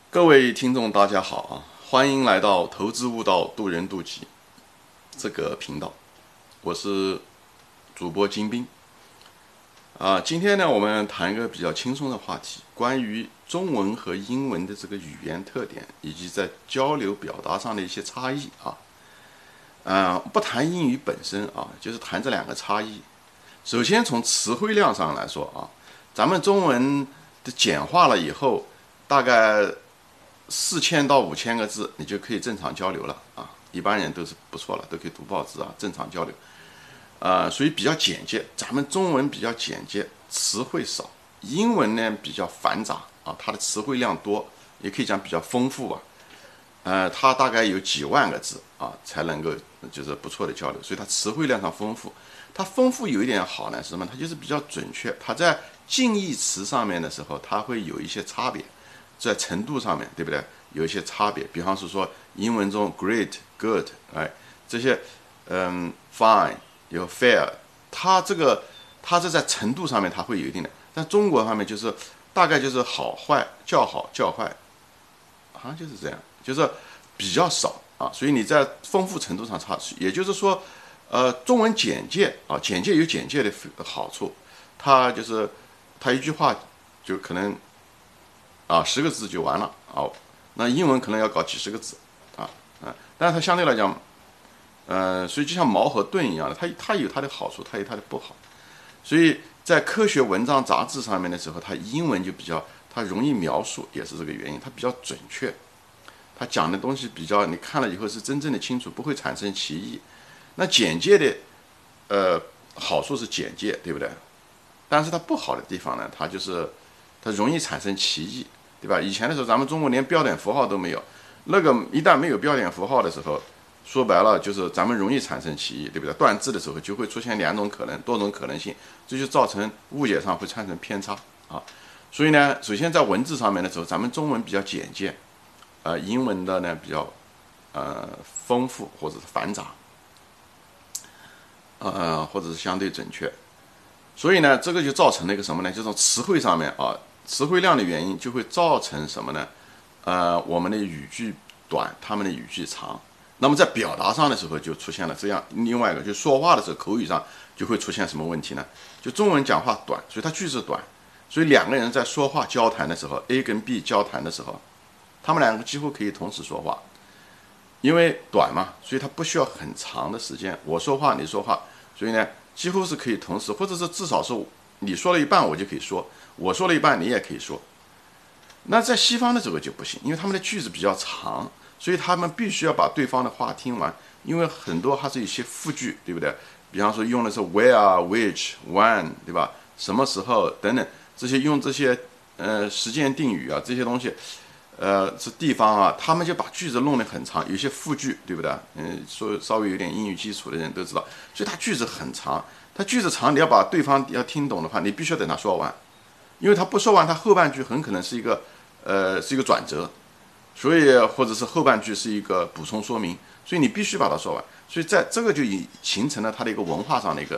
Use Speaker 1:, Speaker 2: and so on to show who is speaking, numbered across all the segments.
Speaker 1: 各位听众，大家好啊！欢迎来到投资悟道，渡人渡己这个频道，我是主播金兵啊。今天呢，我们谈一个比较轻松的话题，关于中文和英文的这个语言特点，以及在交流表达上的一些差异啊。不谈英语本身啊，就是谈这两个差异。首先从词汇量上来说啊，咱们中文的简化了以后，大概4000到5000个字，你就可以正常交流了啊！一般人都是不错了，都可以读报纸啊，正常交流。所以比较简洁。咱们中文比较简洁，词汇少；英文呢比较繁杂啊，它的词汇量多，也可以讲比较丰富吧。它大概有几万个字啊，才能够就是不错的交流，所以它词汇量上丰富。它丰富有一点好呢是什么？它就是比较准确。它在近义词上面的时候，它会有一些差别。在程度上面，对不对？有一些差别，比方说英文中 great、good，这些fine 有 fair，它这在程度上面它会有一定的，但中国方面就是大概就是好坏、较好、较坏，好像就是这样，就是比较少啊。所以你在丰富程度上差，也就是说，中文简介啊，简介有简介的好处，它就是它一句话就可能。10个字就完了那英文可能要搞几十个字但是它相对来讲，所以就像矛和盾一样的，它有它的好处，它有它的不好，所以在科学文章杂志上面的时候，它英文就比较，它容易描述，也是这个原因，它比较准确，它讲的东西比较，你看了以后是真正的清楚，不会产生歧义。那简介的好处是简介，对不对？但是它不好的地方呢，它容易产生歧义。对吧？以前的时候，咱们中国连标点符号都没有，那个一旦没有标点符号的时候，说白了就是咱们容易产生歧义，对不对？断字的时候就会出现多种可能性，这就造成误解上会产生偏差啊。所以呢，首先在文字上面的时候，咱们中文比较简洁，英文的呢比较丰富或者是繁杂，或者是相对准确。所以呢，这个就造成了一个什么呢？这种词汇上面啊。词汇量的原因就会造成什么呢？我们的语句短，他们的语句长。那么在表达上的时候就出现了这样另外一个，就说话的时候口语上就会出现什么问题呢？就中文讲话短，所以它句子短，所以两个人在说话交谈的时候 ，A 跟 B 交谈的时候，他们两个几乎可以同时说话，因为短嘛，所以它不需要很长的时间，我说话你说话，所以呢几乎是可以同时，或者是至少是你说了一半我就可以说。我说了一半，你也可以说。那在西方的时候就不行，因为他们的句子比较长，所以他们必须要把对方的话听完。因为很多还是一些复句，对不对？比方说用的是 where、which、when， 对吧？什么时候等等，这些用这些时间定语啊，这些东西，是地方啊，他们就把句子弄得很长，有些复句，对不对？说稍微有点英语基础的人都知道，所以它句子很长。它句子长，你要把对方要听懂的话，你必须要等他说完。因为他不说完，他后半句很可能是一个转折，所以或者是后半句是一个补充说明，所以你必须把它说完。所以在这个就形成了它的一个文化上的一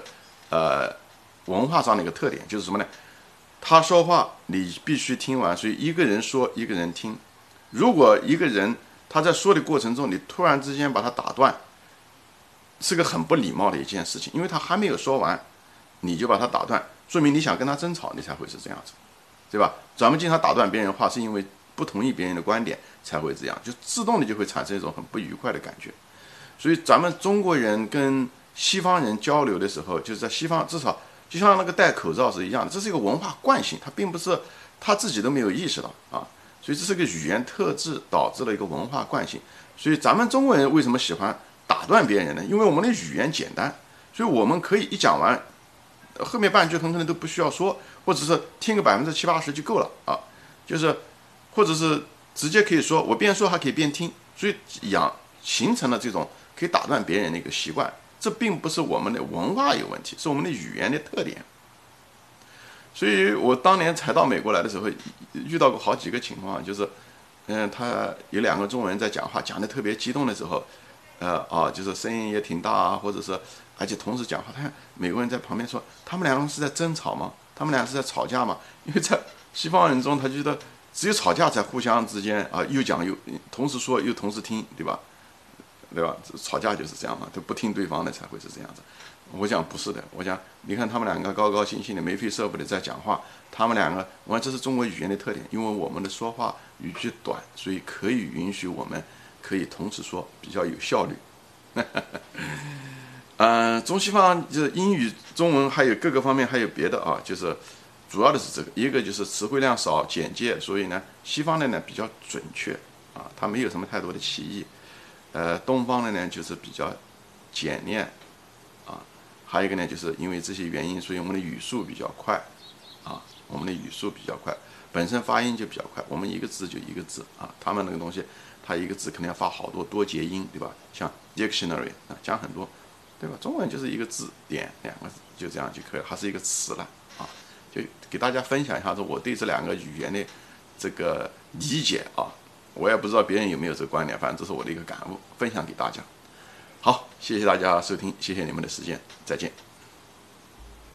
Speaker 1: 个特点，就是什么呢？他说话你必须听完，所以一个人说一个人听。如果一个人他在说的过程中，你突然之间把他打断，是个很不礼貌的一件事情，因为他还没有说完，你就把他打断。说明你想跟他争吵，你才会是这样子，对吧？咱们经常打断别人话，是因为不同意别人的观点才会这样，就自动的就会产生一种很不愉快的感觉。所以咱们中国人跟西方人交流的时候，就是在西方至少就像那个戴口罩是一样的，这是一个文化惯性，它并不是他自己都没有意识到啊。所以这是个语言特质导致了一个文化惯性。所以咱们中国人为什么喜欢打断别人呢？因为我们的语言简单，所以我们可以一讲完。后面半句很可能都不需要说，或者是听个70%-80%就够了啊，就是或者是直接可以说，我边说还可以边听，所以形成了这种可以打断别人的一个习惯。这并不是我们的文化有问题，是我们的语言的特点。所以我当年才到美国来的时候，遇到过好几个情况，就是他有2个中文人在讲话，讲得特别激动的时候，就是声音也挺大啊，或者是而且同时讲话，他美国人在旁边说，他们2个是在争吵吗？他们俩是在吵架吗？因为在西方人中，他觉得只有吵架才互相之间啊又讲又同时说又同时听，对吧？对吧？吵架就是这样嘛，都不听对方的才会是这样子。我想不是的，我想你看他们两个高高兴兴的眉飞色舞的在讲话，他们两个，我看这是中国语言的特点，因为我们的说话语句短，所以可以允许我们可以同时说，比较有效率。中西方就是英语、中文还有各个方面还有别的啊，就是主要的是这个，一个就是词汇量少、简洁，所以呢，西方的呢比较准确啊，它没有什么太多的歧义。东方的呢就是比较简练啊，还有一个呢，就是因为这些原因，所以我们的语速比较快啊，我们的语速比较快，本身发音就比较快，我们一个字就一个字啊，他们那个东西，它一个字可能要发好多多节音，对吧？像 dictionary 啊，讲很多。对吧？中文就是一个字点两个字，就这样就可以了，它是一个词了啊。就给大家分享一下，我对这两个语言的这个理解啊，我也不知道别人有没有这个观点，反正这是我的一个感悟，分享给大家。好，谢谢大家收听，谢谢你们的时间，再见。